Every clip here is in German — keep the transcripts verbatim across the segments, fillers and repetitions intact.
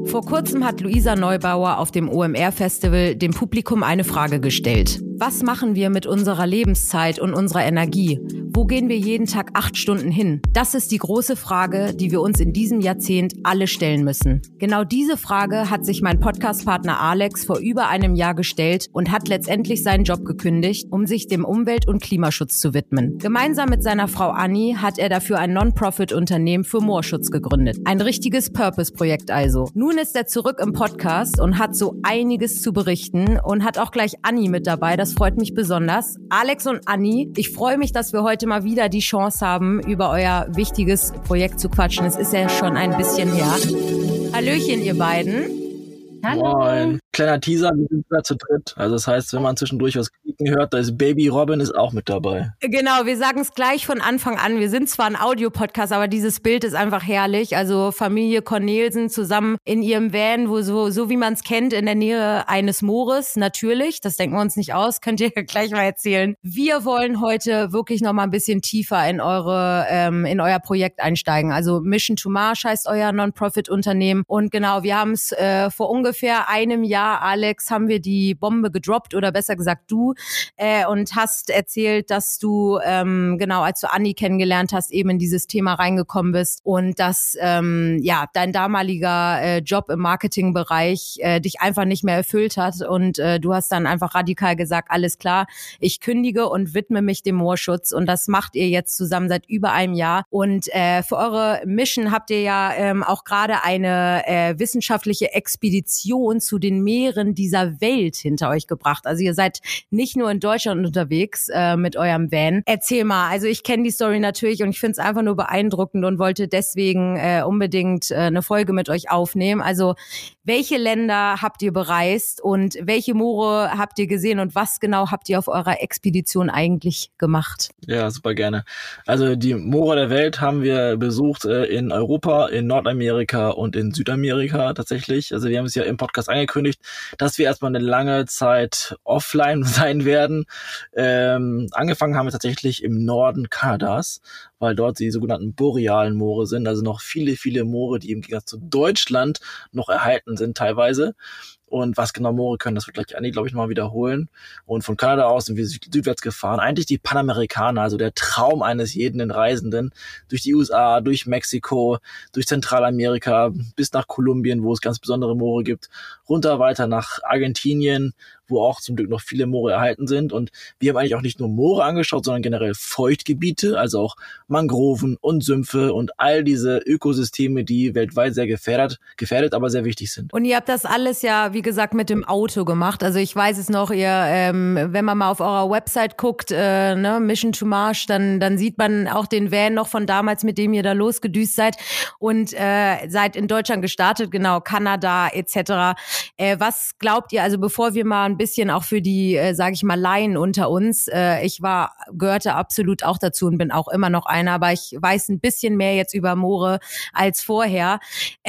Vor kurzem hat Luisa Neubauer auf dem O M R-Festival dem Publikum eine Frage gestellt. Was machen wir mit unserer Lebenszeit und unserer Energie? Wo gehen wir jeden Tag acht Stunden hin? Das ist die große Frage, die wir uns in diesem Jahrzehnt alle stellen müssen. Genau diese Frage hat sich mein Podcastpartner Alex vor über einem Jahr gestellt und hat letztendlich seinen Job gekündigt, um sich dem Umwelt- und Klimaschutz zu widmen. Gemeinsam mit seiner Frau Anni hat er dafür ein Non-Profit-Unternehmen für Moorschutz gegründet. Ein richtiges Purpose-Projekt also. Nun ist er zurück im Podcast und hat so einiges zu berichten und hat auch gleich Anni mit dabei. Das freut mich besonders. Alex und Anni, ich freue mich, dass wir heute mal wieder die Chance haben, über euer wichtiges Projekt zu quatschen. Es ist ja schon ein bisschen her. Hallöchen, ihr beiden. Hallo. Moin. Kleiner Teaser, wir sind da zu dritt. Also das heißt, wenn man zwischendurch was klicken hört, da ist Baby Robin ist auch mit dabei. Genau, wir sagen es gleich von Anfang an. Wir sind zwar ein Audiopodcast, aber dieses Bild ist einfach herrlich. Also Familie Cornelsen zusammen in ihrem Van, wo so, so wie man es kennt, in der Nähe eines Moores. Natürlich, das denken wir uns nicht aus, könnt ihr gleich mal erzählen. Wir wollen heute wirklich noch mal ein bisschen tiefer in eure, ähm, in euer Projekt einsteigen. Also Mission to Mars heißt euer Non-Profit-Unternehmen. Und genau, wir haben es äh, vor ungefähr einem Jahr, Alex, haben wir die Bombe gedroppt oder besser gesagt du äh, und hast erzählt, dass du ähm, genau als du Anni kennengelernt hast, eben in dieses Thema reingekommen bist und dass ähm, ja dein damaliger äh, Job im Marketingbereich äh, dich einfach nicht mehr erfüllt hat und äh, du hast dann einfach radikal gesagt, alles klar, ich kündige und widme mich dem Moorschutz und das macht ihr jetzt zusammen seit über einem Jahr und äh, für eure Mission habt ihr ja ähm, auch gerade eine äh, wissenschaftliche Expedition zu den Meeren dieser Welt hinter euch gebracht. Also ihr seid nicht nur in Deutschland unterwegs äh, mit eurem Van. Erzähl mal, also ich kenne die Story natürlich und ich finde es einfach nur beeindruckend und wollte deswegen äh, unbedingt äh, eine Folge mit euch aufnehmen. Also welche Länder habt ihr bereist und welche Moore habt ihr gesehen und was genau habt ihr auf eurer Expedition eigentlich gemacht? Ja, super gerne. Also die Moore der Welt haben wir besucht äh, in Europa, in Nordamerika und in Südamerika tatsächlich. Also wir haben es ja im Podcast angekündigt, dass wir erstmal eine lange Zeit offline sein werden. Ähm, angefangen haben wir tatsächlich im Norden Kanadas, weil dort die sogenannten borealen Moore sind, also noch viele, viele Moore, die im Gegensatz zu Deutschland noch erhalten sind teilweise. Und was genau Moore können, das wird gleich Anni, glaube ich, mal wiederholen. Und von Kanada aus sind wir süd- südwärts gefahren. Eigentlich die Panamerikaner, also der Traum eines jeden Reisenden. Durch die U S A, durch Mexiko, durch Zentralamerika, bis nach Kolumbien, wo es ganz besondere Moore gibt. Runter weiter nach Argentinien, wo auch zum Glück noch viele Moore erhalten sind. Und wir haben eigentlich auch nicht nur Moore angeschaut, sondern generell Feuchtgebiete, also auch Mangroven und Sümpfe und all diese Ökosysteme, die weltweit sehr gefährdet, gefährdet, aber sehr wichtig sind. Und ihr habt das alles ja, wie gesagt, mit dem Auto gemacht. Also ich weiß es noch, ihr, ähm, wenn man mal auf eurer Website guckt, äh, ne, Mission to Mars, dann, dann sieht man auch den Van noch von damals, mit dem ihr da losgedüst seid und äh, seid in Deutschland gestartet, genau, Kanada et cetera. Äh, was glaubt ihr, also bevor wir mal ein bisschen auch für die, äh, sage ich mal, Laien unter uns, äh, ich war, gehörte absolut auch dazu und bin auch immer noch einer, aber ich weiß ein bisschen mehr jetzt über Moore als vorher.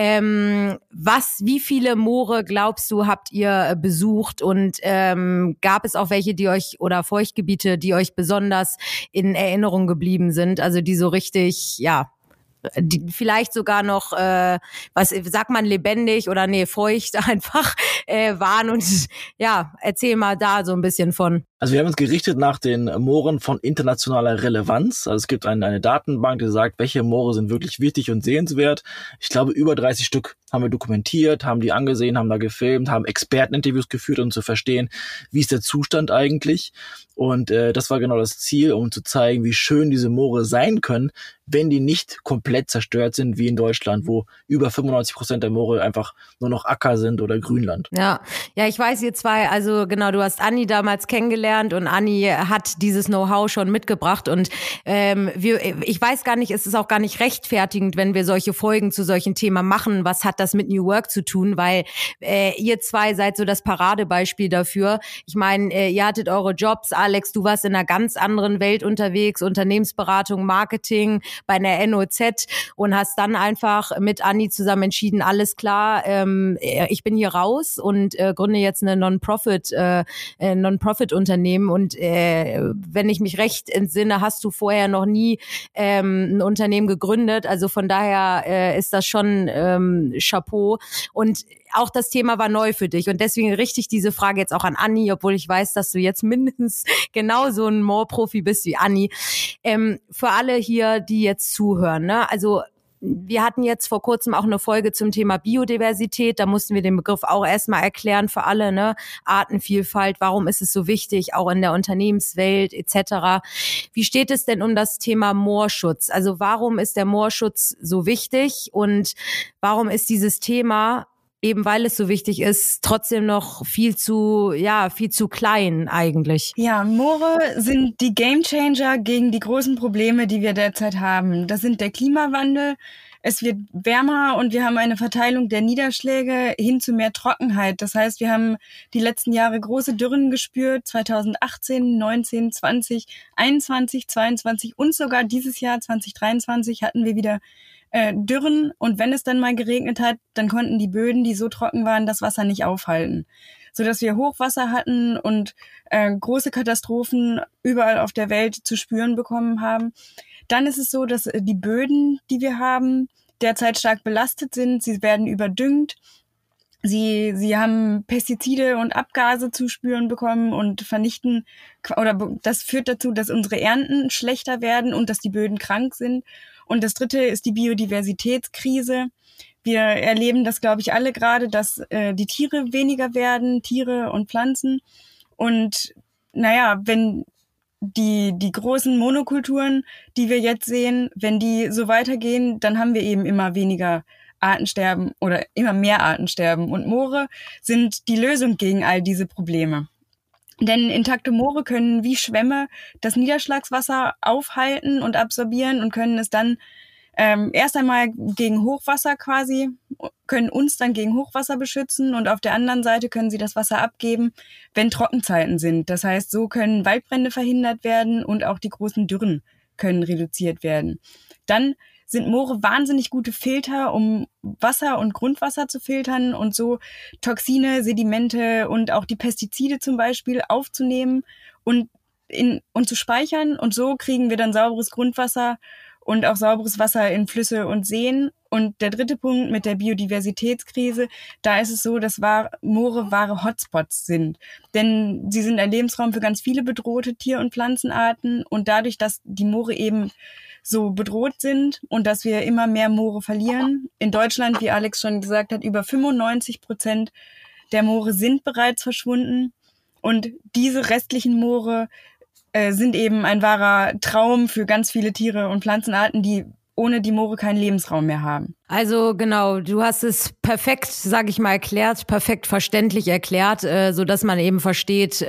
Ähm, was, wie viele Moore glaubst du, habt ihr besucht und ähm, gab es auch welche, die euch oder Feuchtgebiete, die euch besonders in Erinnerung geblieben sind, also die so richtig, ja, die vielleicht sogar noch, äh, was sagt man, lebendig oder nee, feucht einfach äh, waren und ja, erzähl mal da so ein bisschen von. Also wir haben uns gerichtet nach den Mooren von internationaler Relevanz. Also es gibt eine, eine Datenbank, die sagt, welche Moore sind wirklich wichtig und sehenswert. Ich glaube, über dreißig Stück haben wir dokumentiert, haben die angesehen, haben da gefilmt, haben Experteninterviews geführt, um zu verstehen, wie ist der Zustand eigentlich. Und äh, das war genau das Ziel, um zu zeigen, wie schön diese Moore sein können, wenn die nicht komplett zerstört sind, wie in Deutschland, wo über fünfundneunzig Prozent der Moore einfach nur noch Acker sind oder Grünland. Ja, ja, ich weiß, ihr zwei, also genau, du hast Anni damals kennengelernt und Anni hat dieses Know-how schon mitgebracht und ähm, wir, ich weiß gar nicht, es ist auch gar nicht rechtfertigend, wenn wir solche Folgen zu solchen Themen machen. Was hat das mit New Work zu tun? Weil äh, ihr zwei seid so das Paradebeispiel dafür. Ich meine, äh, ihr hattet eure Jobs, Alex, du warst in einer ganz anderen Welt unterwegs, Unternehmensberatung, Marketing, bei einer N O Z und hast dann einfach mit Anni zusammen entschieden, alles klar, ähm, ich bin hier raus und äh, gründe jetzt eine Non-Profit, äh, Non-Profit-Unternehmen Unternehmen und äh, wenn ich mich recht entsinne, hast du vorher noch nie ähm, ein Unternehmen gegründet. Also von daher äh, ist das schon ähm, Chapeau. Und auch das Thema war neu für dich und deswegen richte ich diese Frage jetzt auch an Anni, obwohl ich weiß, dass du jetzt mindestens genauso ein Moor-Profi bist wie Anni. Ähm, für alle hier, die jetzt zuhören, ne? Also wir hatten jetzt vor kurzem auch eine Folge zum Thema Biodiversität. Da mussten wir den Begriff auch erstmal erklären für alle, ne? Artenvielfalt, warum ist es so wichtig, auch in der Unternehmenswelt et cetera. Wie steht es denn um das Thema Moorschutz? Also warum ist der Moorschutz so wichtig und warum ist dieses Thema, eben weil es so wichtig ist, trotzdem noch viel zu, ja, viel zu klein eigentlich? Ja, Moore sind die Gamechanger gegen die großen Probleme, die wir derzeit haben. Das sind der Klimawandel, es wird wärmer und wir haben eine Verteilung der Niederschläge hin zu mehr Trockenheit. Das heißt, wir haben die letzten Jahre große Dürren gespürt, zweitausendachtzehn, neunzehn, zwanzig, einundzwanzig, zweiundzwanzig und sogar dieses Jahr zwanzig dreiundzwanzig hatten wir wieder Äh, Dürren und wenn es dann mal geregnet hat, dann konnten die Böden, die so trocken waren, das Wasser nicht aufhalten, sodass wir Hochwasser hatten und äh, große Katastrophen überall auf der Welt zu spüren bekommen haben. Dann ist es so, dass äh, die Böden, die wir haben, derzeit stark belastet sind. Sie werden überdüngt. Sie, sie haben Pestizide und Abgase zu spüren bekommen und vernichten, oder das führt dazu, dass unsere Ernten schlechter werden und dass die Böden krank sind. Und das dritte ist die Biodiversitätskrise. Wir erleben das, glaube ich, alle gerade, dass äh, die Tiere weniger werden, Tiere und Pflanzen. Und naja, wenn die, die großen Monokulturen, die wir jetzt sehen, wenn die so weitergehen, dann haben wir eben immer weniger Artensterben oder immer mehr Artensterben. Und Moore sind die Lösung gegen all diese Probleme. Denn intakte Moore können wie Schwämme das Niederschlagswasser aufhalten und absorbieren und können es dann ähm, erst einmal gegen Hochwasser quasi, können uns dann gegen Hochwasser beschützen und auf der anderen Seite können sie das Wasser abgeben, wenn Trockenzeiten sind. Das heißt, so können Waldbrände verhindert werden und auch die großen Dürren können reduziert werden. Dann sind Moore wahnsinnig gute Filter, um Wasser und Grundwasser zu filtern und so Toxine, Sedimente und auch die Pestizide zum Beispiel aufzunehmen und, in, und zu speichern. Und so kriegen wir dann sauberes Grundwasser und auch sauberes Wasser in Flüsse und Seen. Und der dritte Punkt mit der Biodiversitätskrise, da ist es so, dass Moore wahre Hotspots sind. Denn sie sind ein Lebensraum für ganz viele bedrohte Tier- und Pflanzenarten. Und dadurch, dass die Moore eben so bedroht sind und dass wir immer mehr Moore verlieren. In Deutschland, wie Alex schon gesagt hat, über fünfundneunzig Prozent der Moore sind bereits verschwunden. Und diese restlichen Moore äh, sind eben ein wahrer Traum für ganz viele Tiere und Pflanzenarten, die ohne die Moore keinen Lebensraum mehr haben. Also genau, du hast es perfekt, sag ich mal, erklärt, perfekt verständlich erklärt, äh, so dass man eben versteht, äh,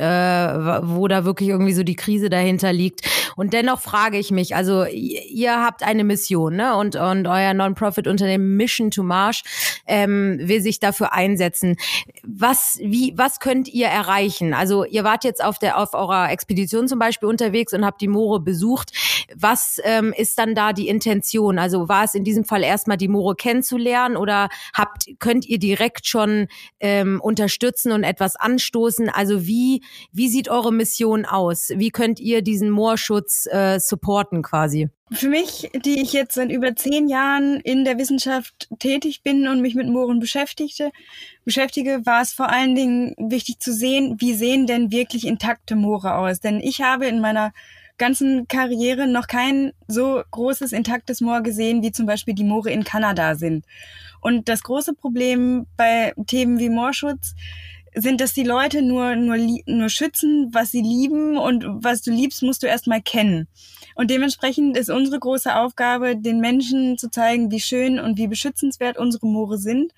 wo da wirklich irgendwie so die Krise dahinter liegt. Und dennoch frage ich mich, also ihr habt eine Mission, ne? Und und euer Non-Profit-Unternehmen Mission to Marsh ähm, will sich dafür einsetzen. Was wie was könnt ihr erreichen? Also ihr wart jetzt auf der auf eurer Expedition zum Beispiel unterwegs und habt die Moore besucht. Was ähm, ist dann da die Intention? Also war es in diesem Fall erstmal die Moore kennenzulernen oder habt könnt ihr direkt schon ähm, unterstützen und etwas anstoßen? Also wie wie sieht eure Mission aus? Wie könnt ihr diesen Moorschutz äh, supporten quasi? Für mich, die ich jetzt seit über zehn Jahren in der Wissenschaft tätig bin und mich mit Mooren beschäftigte, beschäftige, war es vor allen Dingen wichtig zu sehen, wie sehen denn wirklich intakte Moore aus? Denn ich habe in meiner ganzen Karriere noch kein so großes intaktes Moor gesehen, wie zum Beispiel die Moore in Kanada sind. Und das große Problem bei Themen wie Moorschutz sind, dass die Leute nur nur nur schützen, was sie lieben, und was du liebst, musst du erstmal kennen. Und dementsprechend ist unsere große Aufgabe, den Menschen zu zeigen, wie schön und wie beschützenswert unsere Moore sind.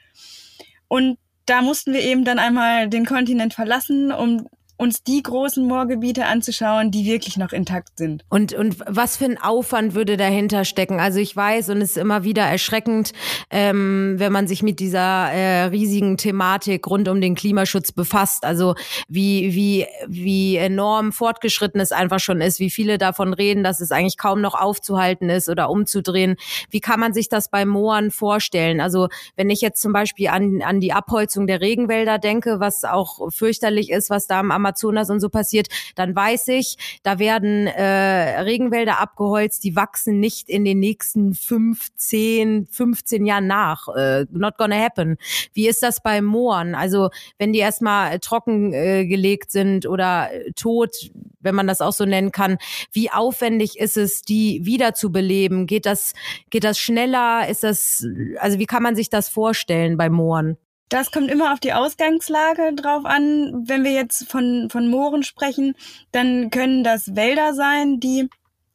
Und da mussten wir eben dann einmal den Kontinent verlassen, um uns die großen Moorgebiete anzuschauen, die wirklich noch intakt sind. Und und was für ein Aufwand würde dahinter stecken? Also ich weiß, und es ist immer wieder erschreckend, ähm, wenn man sich mit dieser äh, riesigen Thematik rund um den Klimaschutz befasst. Also wie wie wie enorm fortgeschritten es einfach schon ist, wie viele davon reden, dass es eigentlich kaum noch aufzuhalten ist oder umzudrehen. Wie kann man sich das bei Mooren vorstellen? Also wenn ich jetzt zum Beispiel an an die Abholzung der Regenwälder denke, was auch fürchterlich ist, was da am Amazonas Amazonas und so passiert, dann weiß ich, da werden äh, Regenwälder abgeholzt, die wachsen nicht in den nächsten fünfzehn, fünfzehn Jahren nach. Äh, not gonna happen. Wie ist das bei Mooren? Also wenn die erstmal trocken äh, gelegt sind oder äh, tot, wenn man das auch so nennen kann, wie aufwendig ist es, die wiederzubeleben? Geht das, geht das schneller? Ist das, also wie kann man sich das vorstellen bei Mooren? Das kommt immer auf die Ausgangslage drauf an. Wenn wir jetzt von, von Mooren sprechen, dann können das Wälder sein, die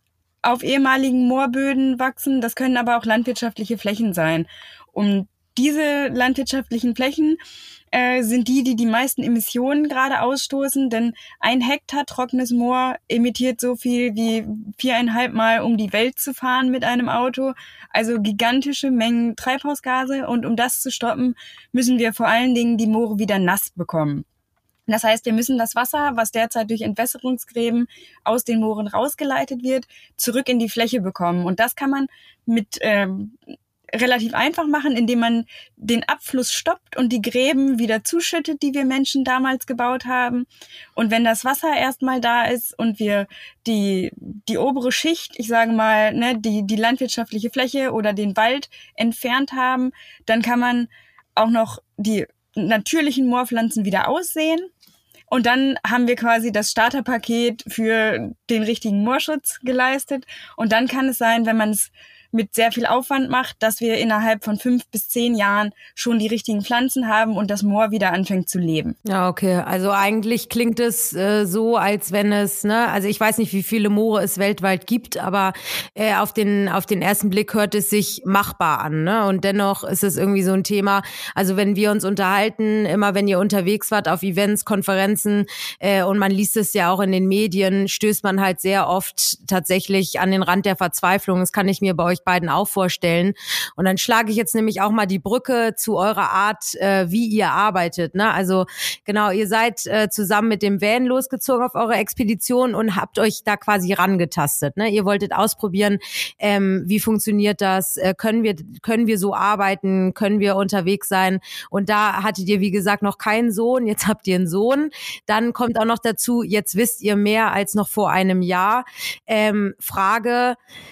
auf ehemaligen Moorböden wachsen. Das können aber auch landwirtschaftliche Flächen sein. Um diese landwirtschaftlichen Flächen äh, sind die, die die meisten Emissionen gerade ausstoßen, denn ein Hektar trockenes Moor emittiert so viel wie viereinhalb Mal um die Welt zu fahren mit einem Auto, also gigantische Mengen Treibhausgase, und um das zu stoppen, müssen wir vor allen Dingen die Moore wieder nass bekommen. Das heißt, wir müssen das Wasser, was derzeit durch Entwässerungsgräben aus den Mooren rausgeleitet wird, zurück in die Fläche bekommen, und das kann man mit ähm, relativ einfach machen, indem man den Abfluss stoppt und die Gräben wieder zuschüttet, die wir Menschen damals gebaut haben. Und wenn das Wasser erstmal da ist und wir die die obere Schicht, ich sage mal, ne, die die landwirtschaftliche Fläche oder den Wald entfernt haben, dann kann man auch noch die natürlichen Moorpflanzen wieder aussehen. Und dann haben wir quasi das Starterpaket für den richtigen Moorschutz geleistet. Und dann kann es sein, wenn man es mit sehr viel Aufwand macht, dass wir innerhalb von fünf bis zehn Jahren schon die richtigen Pflanzen haben und das Moor wieder anfängt zu leben. Ja, okay. Also eigentlich klingt es äh, so, als wenn es, ne, also ich weiß nicht, wie viele Moore es weltweit gibt, aber äh, auf den auf den ersten Blick hört es sich machbar an, ne? Und dennoch ist es irgendwie so ein Thema. Also wenn wir uns unterhalten, immer wenn ihr unterwegs wart auf Events, Konferenzen äh, und man liest es ja auch in den Medien, stößt man halt sehr oft tatsächlich an den Rand der Verzweiflung. Das kann ich mir bei euch beiden auch vorstellen. Und dann schlage ich jetzt nämlich auch mal die Brücke zu eurer Art, äh, wie ihr arbeitet. Ne? Also genau, ihr seid äh, zusammen mit dem Van losgezogen auf eure Expedition und habt euch da quasi rangetastet. Ne? Ihr wolltet ausprobieren, ähm, wie funktioniert das? Äh, können wir können wir so arbeiten? Können wir unterwegs sein? Und da hattet ihr, wie gesagt, noch keinen Sohn. Jetzt habt ihr einen Sohn. Dann kommt auch noch dazu, jetzt wisst ihr mehr als noch vor einem Jahr. Ähm, Frage: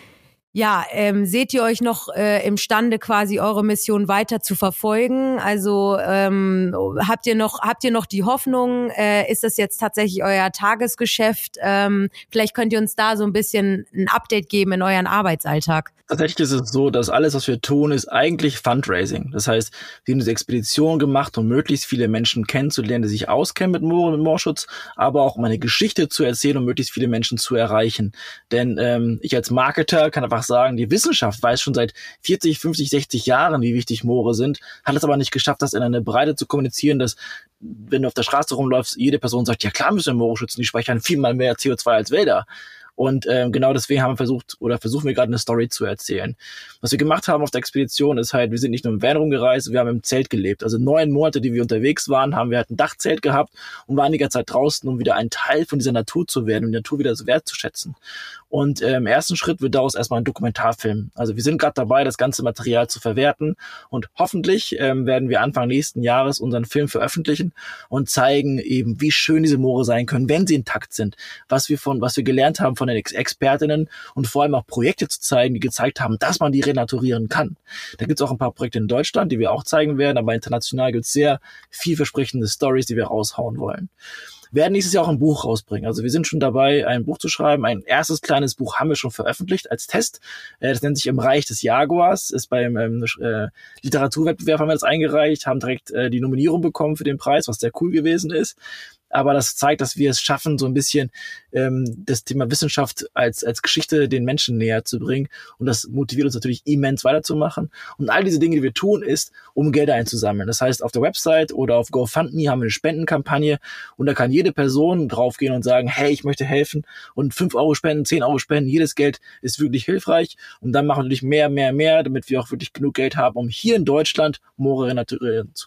Ja, ähm, seht ihr euch noch äh, imstande, quasi eure Mission weiter zu verfolgen? Also ähm, habt ihr noch habt ihr noch die Hoffnung? Äh, ist das jetzt tatsächlich euer Tagesgeschäft? Ähm, vielleicht könnt ihr uns da so ein bisschen ein Update geben in euren Arbeitsalltag. Tatsächlich ist es so, dass alles, was wir tun, ist eigentlich Fundraising. Das heißt, wir haben diese Expedition gemacht, um möglichst viele Menschen kennenzulernen, die sich auskennen mit Mooren und Moorschutz, aber auch um eine Geschichte zu erzählen, um möglichst viele Menschen zu erreichen. Denn ähm, ich als Marketer kann einfach sagen, die Wissenschaft weiß schon seit vierzig, fünfzig, sechzig Jahren, wie wichtig Moore sind, hat es aber nicht geschafft, das in eine Breite zu kommunizieren, dass, wenn du auf der Straße rumläufst, jede Person sagt, ja klar müssen wir Moore schützen, die speichern viel mal mehr C O zwei als Wälder. Und ähm, genau deswegen haben wir versucht, oder versuchen wir gerade eine Story zu erzählen. Was wir gemacht haben auf der Expedition ist halt, wir sind nicht nur im Van rumgereist, wir haben im Zelt gelebt. Also neun Monate, die wir unterwegs waren, haben wir halt ein Dachzelt gehabt und waren die ganze Zeit draußen, um wieder ein Teil von dieser Natur zu werden, um die Natur wieder so wertzuschätzen. Und äh, im ersten Schritt wird daraus erstmal ein Dokumentarfilm. Also wir sind gerade dabei, das ganze Material zu verwerten, und hoffentlich ähm, werden wir Anfang nächsten Jahres unseren Film veröffentlichen und zeigen eben, wie schön diese Moore sein können, wenn sie intakt sind, was wir von was wir gelernt haben von den Ex- Expertinnen und vor allem auch Projekte zu zeigen, die gezeigt haben, dass man die renaturieren kann. Da gibt es auch ein paar Projekte in Deutschland, die wir auch zeigen werden, aber international gibt es sehr vielversprechende Stories, die wir raushauen wollen. Wir werden nächstes Jahr auch ein Buch rausbringen. Also wir sind schon dabei, ein Buch zu schreiben. Ein erstes kleines Buch haben wir schon veröffentlicht als Test. Das nennt sich Im Reich des Jaguars. Ist beim ähm, äh, Literaturwettbewerb haben wir das eingereicht, haben direkt äh, die Nominierung bekommen für den Preis, was sehr cool gewesen ist. Aber das zeigt, dass wir es schaffen, so ein bisschen ähm, das Thema Wissenschaft als als Geschichte den Menschen näher zu bringen. Und das motiviert uns natürlich immens weiterzumachen. Und all diese Dinge, die wir tun, ist, um Gelder einzusammeln. Das heißt, auf der Website oder auf GoFundMe haben wir eine Spendenkampagne, und da kann jede Person draufgehen und sagen, hey, ich möchte helfen, und fünf Euro spenden, zehn Euro spenden. Jedes Geld ist wirklich hilfreich. Und dann machen wir natürlich mehr, mehr, mehr, damit wir auch wirklich genug Geld haben, um hier in Deutschland Moore renaturieren zu können.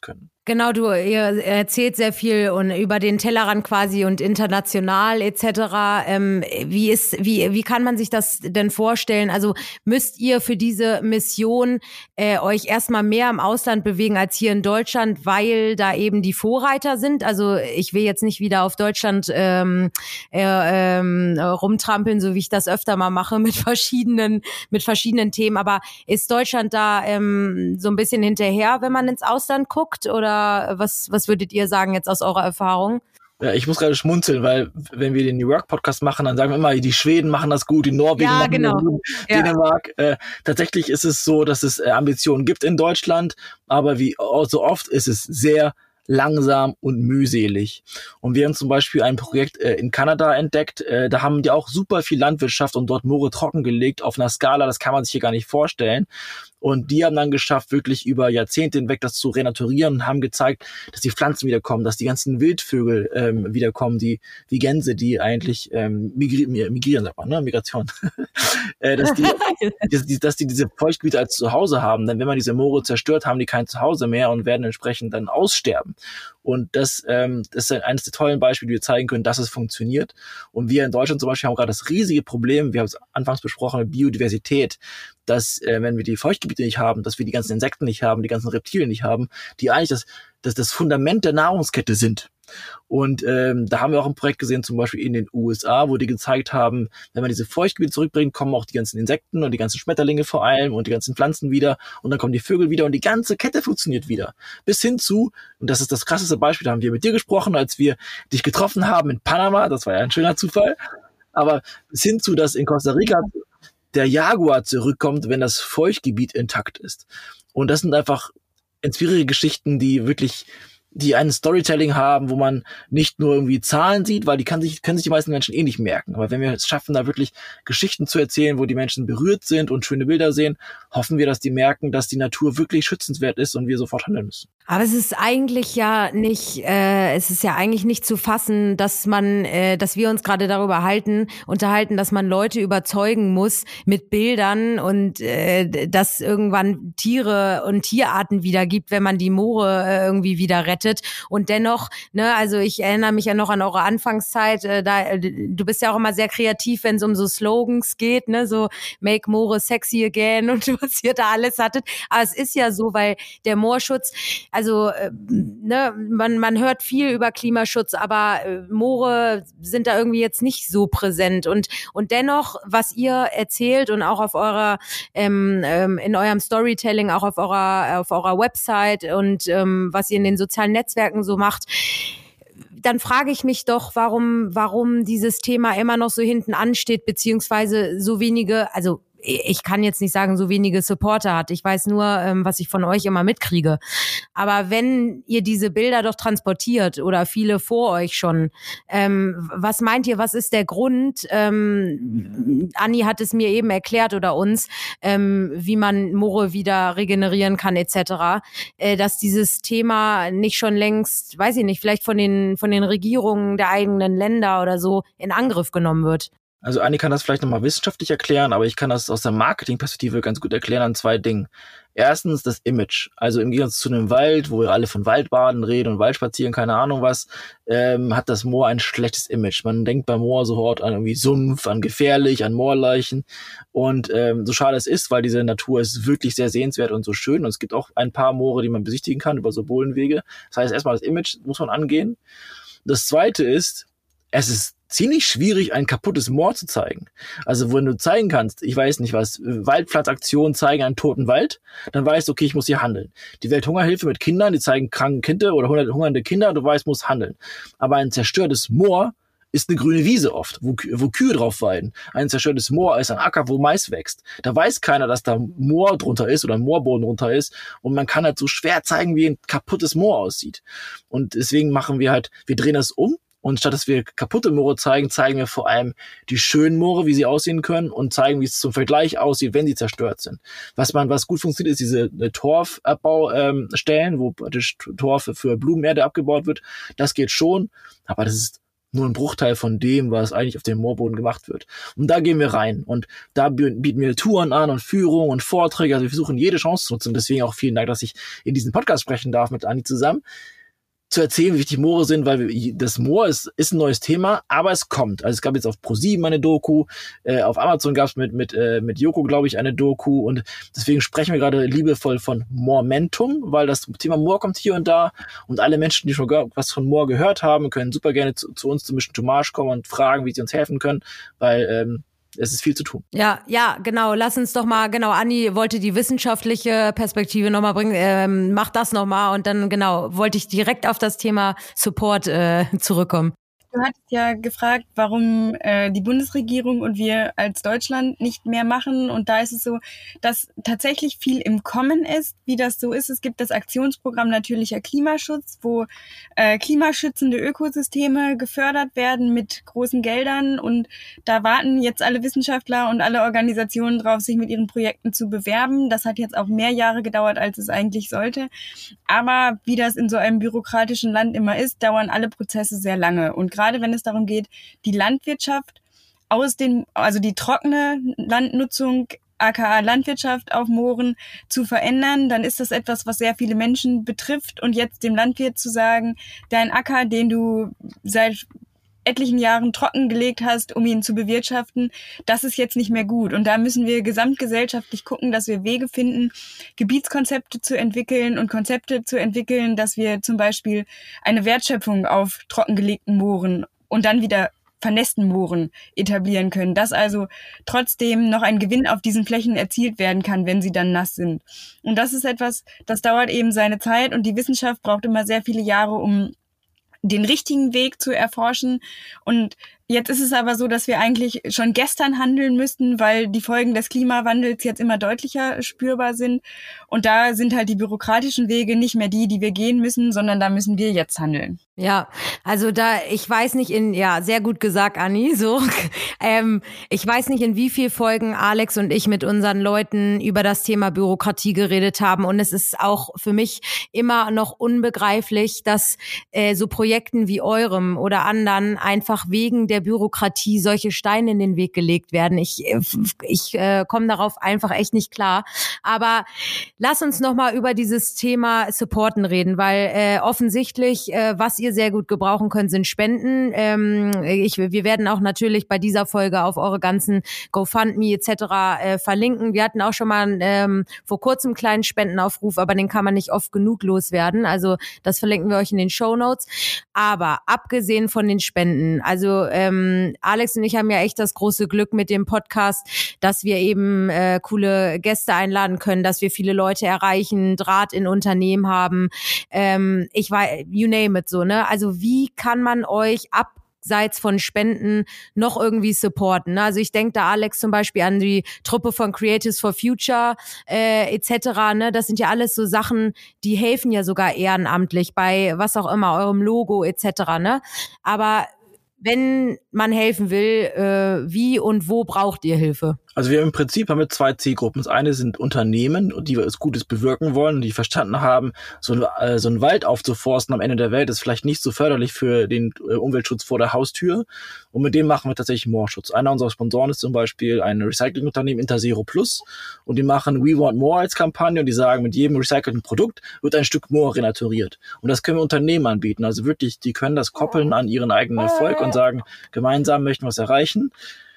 Genau, du ihr erzählt sehr viel und über den Tellerrand quasi und international et cetera. Ähm, wie ist, wie wie kann man sich das denn vorstellen? Also müsst ihr für diese Mission äh, euch erstmal mehr im Ausland bewegen als hier in Deutschland, weil da eben die Vorreiter sind? Also ich will jetzt nicht wieder auf Deutschland ähm, äh, ähm, rumtrampeln, so wie ich das öfter mal mache mit verschiedenen mit verschiedenen Themen. Aber ist Deutschland da ähm, so ein bisschen hinterher, wenn man ins Ausland guckt? Oder was was würdet ihr sagen jetzt aus eurer Erfahrung? Ja, ich muss gerade schmunzeln, weil wenn wir den New Work Podcast machen, dann sagen wir immer, die Schweden machen das gut, die Norwegen ja, machen genau. das gut, ja. Dänemark. Äh, tatsächlich ist es so, dass es äh, Ambitionen gibt in Deutschland, aber wie so oft ist es sehr langsam und mühselig. Und wir haben zum Beispiel ein Projekt äh, in Kanada entdeckt, äh, da haben die auch super viel Landwirtschaft und dort Moore trockengelegt auf einer Skala, das kann man sich hier gar nicht vorstellen. Und die haben dann geschafft, wirklich über Jahrzehnte hinweg das zu renaturieren und haben gezeigt, dass die Pflanzen wiederkommen, dass die ganzen Wildvögel ähm, wiederkommen, die wie Gänse, die eigentlich ähm, migri- migrieren, sagt man, ne? Migration. äh, dass, die, dass, die, dass die diese Feuchtgebiete als Zuhause haben. Denn wenn man diese Moore zerstört, haben die kein Zuhause mehr und werden entsprechend dann aussterben. Und das, ähm, das ist eines der tollen Beispiele, die wir zeigen können, dass es funktioniert. Und wir in Deutschland zum Beispiel haben gerade das riesige Problem, wir haben es anfangs besprochen, mit Biodiversität, dass äh, wenn wir die Feuchtgebiete nicht haben, dass wir die ganzen Insekten nicht haben, die ganzen Reptilien nicht haben, die eigentlich das, das, das Fundament der Nahrungskette sind. Und ähm, da haben wir auch ein Projekt gesehen, zum Beispiel in den U S A, wo die gezeigt haben, wenn man diese Feuchtgebiete zurückbringt, kommen auch die ganzen Insekten und die ganzen Schmetterlinge vor allem und die ganzen Pflanzen wieder und dann kommen die Vögel wieder und die ganze Kette funktioniert wieder. Bis hin zu, und das ist das krasseste Beispiel, da haben wir mit dir gesprochen, als wir dich getroffen haben in Panama, das war ja ein schöner Zufall, aber bis hin zu, dass in Costa Rica der Jaguar zurückkommt, wenn das Feuchtgebiet intakt ist. Und das sind einfach inspirierende Geschichten, die wirklich, die ein Storytelling haben, wo man nicht nur irgendwie Zahlen sieht, weil die kann sich, können sich die meisten Menschen eh nicht merken. Aber wenn wir es schaffen, da wirklich Geschichten zu erzählen, wo die Menschen berührt sind und schöne Bilder sehen, hoffen wir, dass die merken, dass die Natur wirklich schützenswert ist und wir sofort handeln müssen. Aber es ist eigentlich ja nicht, äh, es ist ja eigentlich nicht zu fassen, dass man, äh, dass wir uns gerade darüber halten, unterhalten, dass man Leute überzeugen muss mit Bildern und äh, dass irgendwann Tiere und Tierarten wieder gibt, wenn man die Moore äh, irgendwie wieder rettet. Und dennoch, ne, also ich erinnere mich ja noch an eure Anfangszeit. Äh, da, äh, du bist ja auch immer sehr kreativ, wenn es um so Slogans geht, ne, so Make Moore sexy again und was ihr da alles hattet. Aber es ist ja so, weil der Moorschutz, also äh, ne, man man hört viel über Klimaschutz, aber äh, Moore sind da irgendwie jetzt nicht so präsent und und dennoch, was ihr erzählt und auch auf eurer ähm, ähm, in eurem Storytelling, auch auf eurer auf eurer Website und ähm, was ihr in den sozialen Netzwerken so macht, dann frage ich mich doch, warum warum dieses Thema immer noch so hinten ansteht, beziehungsweise so wenige, also ich kann jetzt nicht sagen, so wenige Supporter hat. Ich weiß nur, ähm, was ich von euch immer mitkriege. Aber wenn ihr diese Bilder doch transportiert oder viele vor euch schon, ähm, was meint ihr, was ist der Grund? Ähm, Anni hat es mir eben erklärt oder uns, ähm, wie man Moore wieder regenerieren kann et cetera, äh, dass dieses Thema nicht schon längst, weiß ich nicht, vielleicht von den von den Regierungen der eigenen Länder oder so in Angriff genommen wird. Also Anni kann das vielleicht nochmal wissenschaftlich erklären, aber ich kann das aus der Marketingperspektive ganz gut erklären an zwei Dingen. Erstens das Image. Also im Gegensatz zu einem Wald, wo wir alle von Waldbaden reden und Waldspazieren, keine Ahnung was, ähm, hat das Moor ein schlechtes Image. Man denkt beim Moor sofort an irgendwie Sumpf, an gefährlich, an Moorleichen. Und ähm, so schade es ist, weil diese Natur ist wirklich sehr sehenswert und so schön. Und es gibt auch ein paar Moore, die man besichtigen kann über so Bohlenwege. Das heißt, erstmal das Image muss man angehen. Das Zweite ist, es ist ziemlich schwierig, ein kaputtes Moor zu zeigen. Also wenn du zeigen kannst, ich weiß nicht was, Waldplatzaktionen zeigen einen toten Wald, dann weißt du, okay, ich muss hier handeln. Die Welthungerhilfe mit Kindern, die zeigen kranke Kinder oder hungernde Kinder, du weißt, muss handeln. Aber ein zerstörtes Moor ist eine grüne Wiese oft, wo, wo Kühe drauf weiden. Ein zerstörtes Moor ist ein Acker, wo Mais wächst. Da weiß keiner, dass da Moor drunter ist oder ein Moorboden drunter ist. Und man kann halt so schwer zeigen, wie ein kaputtes Moor aussieht. Und deswegen machen wir halt, wir drehen das um. Und statt dass wir kaputte Moore zeigen, zeigen wir vor allem die schönen Moore, wie sie aussehen können und zeigen, wie es zum Vergleich aussieht, wenn sie zerstört sind. Was man, was gut funktioniert, ist diese äh, Torfabbaustellen, ähm, wo praktisch Torf für Blumenerde abgebaut wird. Das geht schon, aber das ist nur ein Bruchteil von dem, was eigentlich auf dem Moorboden gemacht wird. Und da gehen wir rein und da bieten wir Touren an und Führungen und Vorträge. Also wir versuchen jede Chance zu nutzen. Deswegen auch vielen Dank, dass ich in diesem Podcast sprechen darf mit Anni zusammen, zu erzählen, wie wichtig Moore sind, weil wir, das Moor ist, ist ein neues Thema, aber es kommt. Also es gab jetzt auf ProSieben eine Doku, äh, auf Amazon gab es mit mit äh, mit Joko, glaube ich, eine Doku und deswegen sprechen wir gerade liebevoll von Momentum, weil das Thema Moor kommt hier und da und alle Menschen, die schon was von Moor gehört haben, können super gerne zu, zu uns, zu Mission to Marsh kommen und fragen, wie sie uns helfen können, weil ähm, es ist viel zu tun. Ja, ja, genau. Lass uns doch mal, genau, Anni wollte die wissenschaftliche Perspektive nochmal bringen. Ähm, mach das nochmal und dann, genau, wollte ich direkt auf das Thema Support äh, zurückkommen. Du hattest ja gefragt, warum äh, die Bundesregierung und wir als Deutschland nicht mehr machen. Und da ist es so, dass tatsächlich viel im Kommen ist, wie das so ist. Es gibt das Aktionsprogramm Natürlicher Klimaschutz, wo äh, klimaschützende Ökosysteme gefördert werden mit großen Geldern. Und da warten jetzt alle Wissenschaftler und alle Organisationen drauf, sich mit ihren Projekten zu bewerben. Das hat jetzt auch mehr Jahre gedauert, als es eigentlich sollte. Aber wie das in so einem bürokratischen Land immer ist, dauern alle Prozesse sehr lange. Und gerade wenn es darum geht, die Landwirtschaft aus den, also die trockene Landnutzung, aka Landwirtschaft auf Mooren zu verändern, dann ist das etwas, was sehr viele Menschen betrifft. Und jetzt dem Landwirt zu sagen, dein Acker, den du seit etlichen Jahren trockengelegt hast, um ihn zu bewirtschaften, das ist jetzt nicht mehr gut. Und da müssen wir gesamtgesellschaftlich gucken, dass wir Wege finden, Gebietskonzepte zu entwickeln und Konzepte zu entwickeln, dass wir zum Beispiel eine Wertschöpfung auf trockengelegten Mooren und dann wieder vernässten Mooren etablieren können, dass also trotzdem noch ein Gewinn auf diesen Flächen erzielt werden kann, wenn sie dann nass sind. Und das ist etwas, das dauert eben seine Zeit und die Wissenschaft braucht immer sehr viele Jahre, um den richtigen Weg zu erforschen. Und jetzt ist es aber so, dass wir eigentlich schon gestern handeln müssten, weil die Folgen des Klimawandels jetzt immer deutlicher spürbar sind. Und da sind halt die bürokratischen Wege nicht mehr die, die wir gehen müssen, sondern da müssen wir jetzt handeln. Ja, also da, ich weiß nicht in, ja, sehr gut gesagt, Anni, so. ähm, ich weiß nicht, in wie viel Folgen Alex und ich mit unseren Leuten über das Thema Bürokratie geredet haben. Und es ist auch für mich immer noch unbegreiflich, dass äh, so Projekten wie eurem oder anderen einfach wegen der Bürokratie solche Steine in den Weg gelegt werden. Ich, ich äh, komme darauf einfach echt nicht klar. Aber lass uns nochmal über dieses Thema Supporten reden, weil äh, offensichtlich, äh, was ihr sehr gut gebrauchen könnt, sind Spenden. Ähm, ich, wir werden auch natürlich bei dieser Folge auf eure ganzen GoFundMe et cetera äh, verlinken. Wir hatten auch schon mal ähm, vor kurzem einen kleinen Spendenaufruf, aber den kann man nicht oft genug loswerden. Also das verlinken wir euch in den Shownotes. Aber abgesehen von den Spenden, also ähm, Alex und ich haben ja echt das große Glück mit dem Podcast, dass wir eben äh, coole Gäste einladen können, dass wir viele Leute erreichen, Draht in Unternehmen haben. Ähm, ich war, you name it so, ne? Also wie kann man euch abseits von Spenden noch irgendwie supporten? Ne? Also ich denke da, Alex, zum Beispiel an die Truppe von Creatives for Future äh, et cetera. Ne? Das sind ja alles so Sachen, die helfen ja sogar ehrenamtlich bei was auch immer, eurem Logo et cetera. Ne? Aber wenn man helfen will, äh, wie und wo braucht ihr Hilfe? Also wir im Prinzip haben wir zwei Zielgruppen. Das eine sind Unternehmen, die was Gutes bewirken wollen, die verstanden haben, so, ein, äh, so einen Wald aufzuforsten am Ende der Welt ist vielleicht nicht so förderlich für den äh, Umweltschutz vor der Haustür. Und mit dem machen wir tatsächlich Moorschutz. Einer unserer Sponsoren ist zum Beispiel ein Recyclingunternehmen, Interzero Plus. Und die machen We Want More als Kampagne und die sagen, mit jedem recycelten Produkt wird ein Stück Moor renaturiert. Und das können wir Unternehmen anbieten. Also wirklich, die können das koppeln an ihren eigenen Erfolg und sagen, gemeinsam möchten wir es erreichen.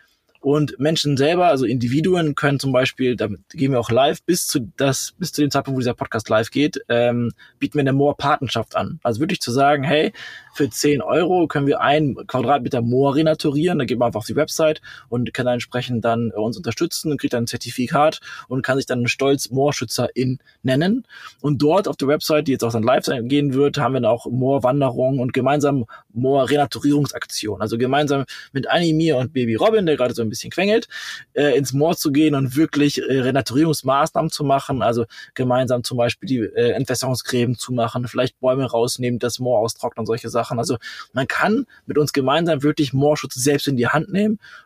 Und Menschen selber, also Individuen, können zum Beispiel, damit gehen wir auch live, bis zu das, bis zu dem Zeitpunkt, wo dieser Podcast live geht, ähm, bieten wir eine Moor-Patenschaft an. Also wirklich zu sagen, hey, für zehn Euro können wir ein Quadratmeter Moor renaturieren. Da geht man einfach auf die Website und kann dann entsprechend dann äh, uns unterstützen und kriegt dann ein Zertifikat und kann sich dann stolz Moorschützerin nennen. Und dort auf der Website, die jetzt auch dann live gehen wird, haben wir dann auch Moorwanderungen und gemeinsam Moor-Renaturierungsaktionen. Also gemeinsam mit Anni, mir und Baby Robin, der gerade so ein bisschen quengelt, äh, ins Moor zu gehen und wirklich äh, Renaturierungsmaßnahmen zu machen. Also gemeinsam zum Beispiel die äh, Entwässerungsgräben zu machen, vielleicht Bäume rausnehmen, das Moor austrocknen, solche Sachen. Also man kann mit uns gemeinsam wirklich Moorschutz selbst in die Hand nehmen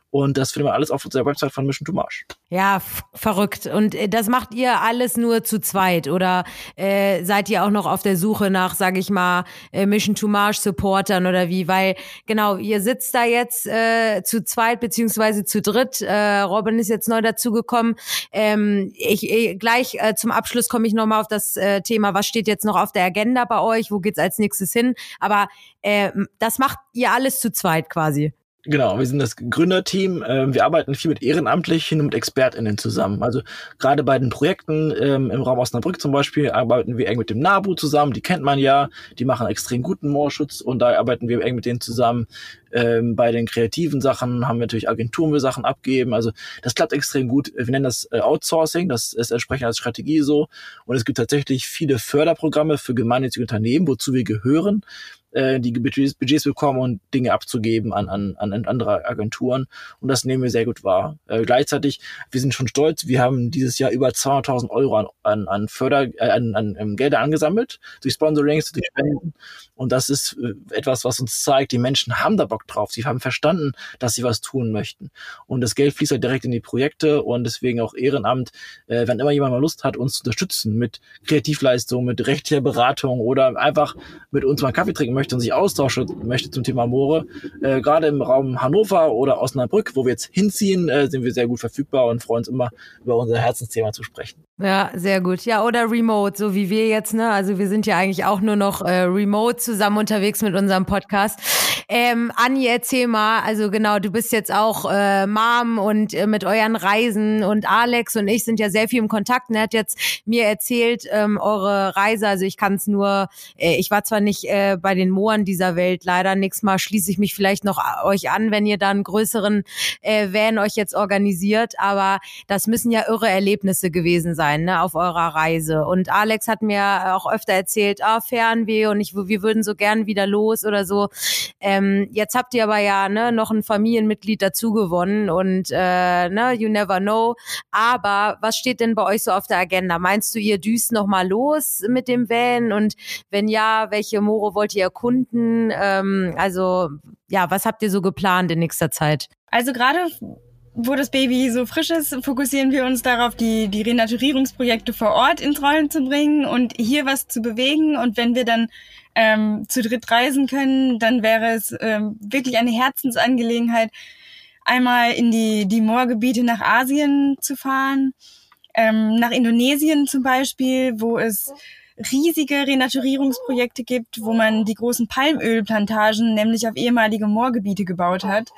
Und das findet man alles auf unserer Website von Mission to Marsh. Ja, f- verrückt. Und äh, das macht ihr alles nur zu zweit? Oder äh, seid ihr auch noch auf der Suche nach, sag ich mal, äh, Mission to Marsh Supportern oder wie? Weil, genau, ihr sitzt da jetzt äh, zu zweit beziehungsweise zu dritt. Äh, Robin ist jetzt neu dazugekommen. Ähm, ich, ich, gleich äh, zum Abschluss komme ich nochmal auf das äh, Thema, was steht jetzt noch auf der Agenda bei euch? Wo geht's als nächstes hin? Aber äh, das macht ihr alles zu zweit quasi. Genau, wir sind das Gründerteam. Ähm, wir arbeiten viel mit Ehrenamtlichen und mit ExpertInnen zusammen. Also gerade bei den Projekten ähm, im Raum Osnabrück zum Beispiel arbeiten wir eng mit dem NABU zusammen. Die kennt man ja. Die machen extrem guten Moorschutz und da arbeiten wir eng mit denen zusammen. Ähm, bei den kreativen Sachen haben wir natürlich Agenturen, wir Sachen abgeben. Also das klappt extrem gut. Wir nennen das äh, Outsourcing. Das ist entsprechend als Strategie so. Und es gibt tatsächlich viele Förderprogramme für gemeinnützige Unternehmen, wozu wir gehören, die Budgets, Budgets bekommen und Dinge abzugeben an, an, an andere Agenturen. Und das nehmen wir sehr gut wahr. Äh, gleichzeitig, wir sind schon stolz, wir haben dieses Jahr über zweihunderttausend Euro an, an, an Förder, äh, an, an, an Gelder angesammelt, durch Sponsorings, durch Spenden. Und das ist äh, etwas, was uns zeigt, die Menschen haben da Bock drauf. Sie haben verstanden, dass sie was tun möchten. Und das Geld fließt halt direkt in die Projekte und deswegen auch Ehrenamt, äh, wenn immer jemand mal Lust hat, uns zu unterstützen mit Kreativleistung, mit rechtlicher Beratung oder einfach mit uns mal Kaffee trinken möchte und sich austauschen möchte zum Thema Moore. Äh, gerade im Raum Hannover oder Osnabrück, wo wir jetzt hinziehen, äh, sind wir sehr gut verfügbar und freuen uns immer, über unser Herzensthema zu sprechen. Ja, sehr gut. Ja, oder remote, so wie wir jetzt, ne? Also wir sind ja eigentlich auch nur noch äh, remote zusammen unterwegs mit unserem Podcast. Ähm, Anni, erzähl mal, also genau, du bist jetzt auch äh, Mom und äh, mit euren Reisen und Alex und ich sind ja sehr viel im Kontakt. Und er hat jetzt mir erzählt, ähm, eure Reise, also ich kann es nur, äh, ich war zwar nicht äh, bei den Mooren dieser Welt, leider nächstes Mal schließe ich mich vielleicht noch euch an, wenn ihr da einen größeren äh, Van euch jetzt organisiert, aber das müssen ja irre Erlebnisse gewesen sein, ne, auf eurer Reise. Und Alex hat mir auch öfter erzählt, ah, Fernweh und ich, wir würden so gern wieder los oder so. Ähm, jetzt habt ihr aber ja ne, noch ein Familienmitglied dazu gewonnen und äh, ne, you never know. Aber was steht denn bei euch so auf der Agenda? Meinst du, ihr düst noch mal los mit dem Van? Und wenn ja, welche Moore wollt ihr erkunden? Ähm, also ja, was habt ihr so geplant in nächster Zeit? Also gerade wo das Baby so frisch ist, fokussieren wir uns darauf, die, die Renaturierungsprojekte vor Ort ins Rollen zu bringen und hier was zu bewegen. Und wenn wir dann ähm, zu dritt reisen können, dann wäre es ähm, wirklich eine Herzensangelegenheit, einmal in die, die Moorgebiete nach Asien zu fahren, ähm, nach Indonesien zum Beispiel, wo es riesige Renaturierungsprojekte gibt, wo man die großen Palmölplantagen nämlich auf ehemalige Moorgebiete gebaut hat.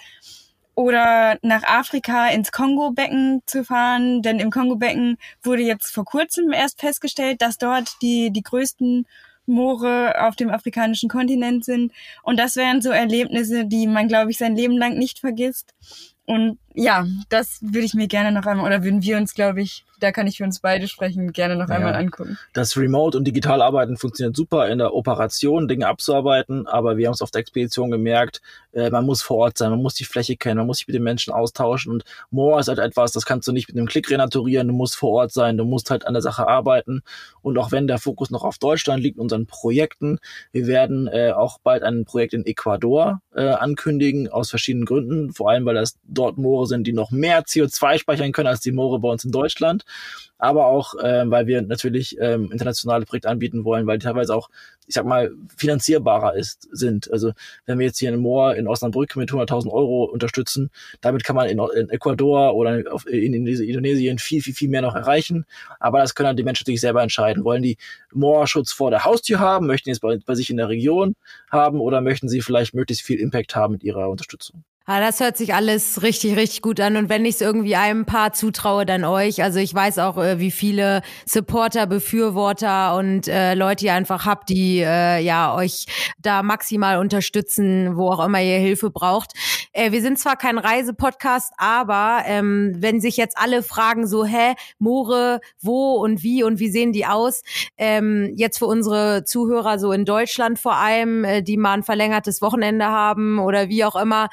Oder nach Afrika ins Kongo-Becken zu fahren, denn im Kongo-Becken wurde jetzt vor kurzem erst festgestellt, dass dort die, die größten Moore auf dem afrikanischen Kontinent sind. Und das wären so Erlebnisse, die man, glaube ich, sein Leben lang nicht vergisst. Und ja, das würde ich mir gerne noch einmal, oder würden wir uns, glaube ich, da kann ich für uns beide sprechen, gerne noch ja. einmal angucken. Das Remote und digital arbeiten funktioniert super in der Operation, Dinge abzuarbeiten, aber wir haben es auf der Expedition gemerkt, äh, man muss vor Ort sein, man muss die Fläche kennen, man muss sich mit den Menschen austauschen und Moor ist halt etwas, das kannst du nicht mit einem Klick renaturieren, du musst vor Ort sein, du musst halt an der Sache arbeiten und auch wenn der Fokus noch auf Deutschland liegt, unseren Projekten, wir werden äh, auch bald ein Projekt in Ecuador äh, ankündigen, aus verschiedenen Gründen, vor allem, weil das dort Moore sind, die noch mehr C O zwei speichern können als die Moore bei uns in Deutschland. Aber auch, äh, weil wir natürlich ähm, internationale Projekte anbieten wollen, weil die teilweise auch, ich sag mal, finanzierbarer ist, sind. Also wenn wir jetzt hier in Moor in Osnabrück mit hunderttausend Euro unterstützen, damit kann man in, in Ecuador oder auf, in Indonesien viel, viel, viel mehr noch erreichen. Aber das können dann die Menschen natürlich selber entscheiden. Wollen die Moorschutz vor der Haustür haben, möchten die es bei, bei sich in der Region haben oder möchten sie vielleicht möglichst viel Impact haben mit ihrer Unterstützung? Ah, das hört sich alles richtig, richtig gut an. Und wenn ich es irgendwie einem Paar zutraue, dann euch. Also ich weiß auch, äh, wie viele Supporter, Befürworter und äh, Leute ihr einfach habt, die äh, ja euch da maximal unterstützen, wo auch immer ihr Hilfe braucht. Äh, wir sind zwar kein Reisepodcast, aber ähm, wenn sich jetzt alle fragen so, hä, Moore, wo und wie und wie sehen die aus? Ähm, jetzt für unsere Zuhörer so in Deutschland vor allem, äh, die mal ein verlängertes Wochenende haben oder wie auch immer, äh,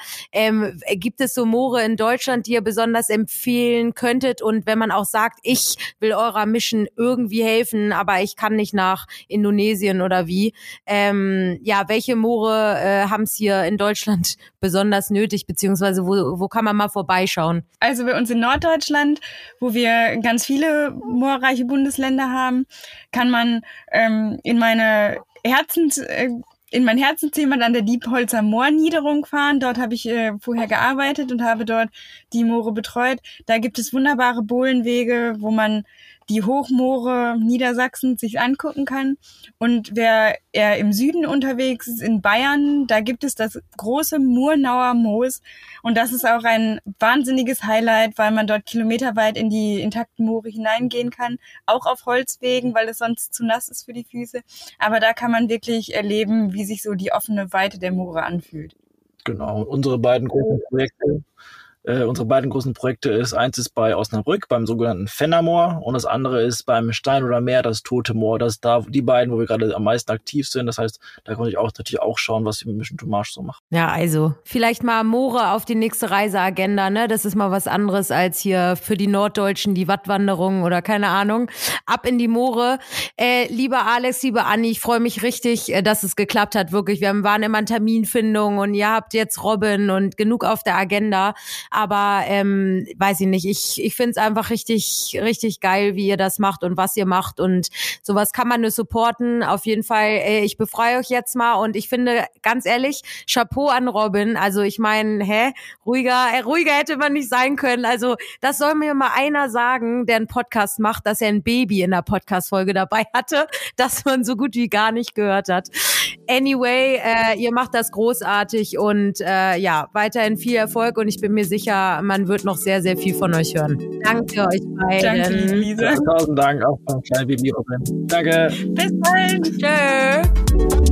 Ähm, gibt es so Moore in Deutschland, die ihr besonders empfehlen könntet? Und wenn man auch sagt, ich will eurer Mission irgendwie helfen, aber ich kann nicht nach Indonesien oder wie, ähm, ja, welche Moore äh, haben es hier in Deutschland besonders nötig, beziehungsweise wo, wo kann man mal vorbeischauen? Also bei uns in Norddeutschland, wo wir ganz viele moorreiche Bundesländer haben, kann man ähm, in meine Herzens... Äh, in mein Herzensthema an der Diepholzer Moorniederung fahren. Dort habe ich äh, vorher gearbeitet und habe dort die Moore betreut. Da gibt es wunderbare Bohlenwege, wo man die Hochmoore Niedersachsens sich angucken kann. Und wer eher im Süden unterwegs ist, in Bayern, da gibt es das große Murnauer Moos. Und das ist auch ein wahnsinniges Highlight, weil man dort kilometerweit in die intakten Moore hineingehen kann. Auch auf Holzwegen, weil es sonst zu nass ist für die Füße. Aber da kann man wirklich erleben, wie sich so die offene Weite der Moore anfühlt. Genau. Unsere beiden großen Projekte Äh, unsere beiden großen Projekte ist, eins ist bei Osnabrück, beim sogenannten Fennermoor, und das andere ist beim Stein oder Meer, das Tote Moor. Das ist da die beiden, wo wir gerade am meisten aktiv sind. Das heißt, da konnte ich auch natürlich auch schauen, was wir mit Mission to Marsh so machen. Ja, also vielleicht mal Moore auf die nächste Reiseagenda, ne? Das ist mal was anderes als hier für die Norddeutschen die Wattwanderung oder keine Ahnung. Ab in die Moore. Äh, lieber Alex, liebe Anni, ich freue mich richtig, dass es geklappt hat, wirklich. Wir waren immer in Terminfindung und ihr habt jetzt Robin und genug auf der Agenda. Aber ähm, weiß ich nicht, ich ich finde es einfach richtig richtig geil, wie ihr das macht und was ihr macht, und sowas kann man nur supporten. Auf jeden Fall, äh, ich befreie euch jetzt mal, und ich finde, ganz ehrlich, Chapeau an Robin. Also ich meine, hä, ruhiger, äh, ruhiger hätte man nicht sein können. Also das soll mir mal einer sagen, der einen Podcast macht, dass er ein Baby in der Podcast-Folge dabei hatte, das man so gut wie gar nicht gehört hat. Anyway, äh, ihr macht das großartig, und äh, ja, weiterhin viel Erfolg, und ich bin mir sicher, man wird noch sehr, sehr viel von euch hören. Danke euch beiden. Danke, Lisa. Ja, tausend Dank auch von kleinen Baby Robin. Danke. Bis bald. Tschö.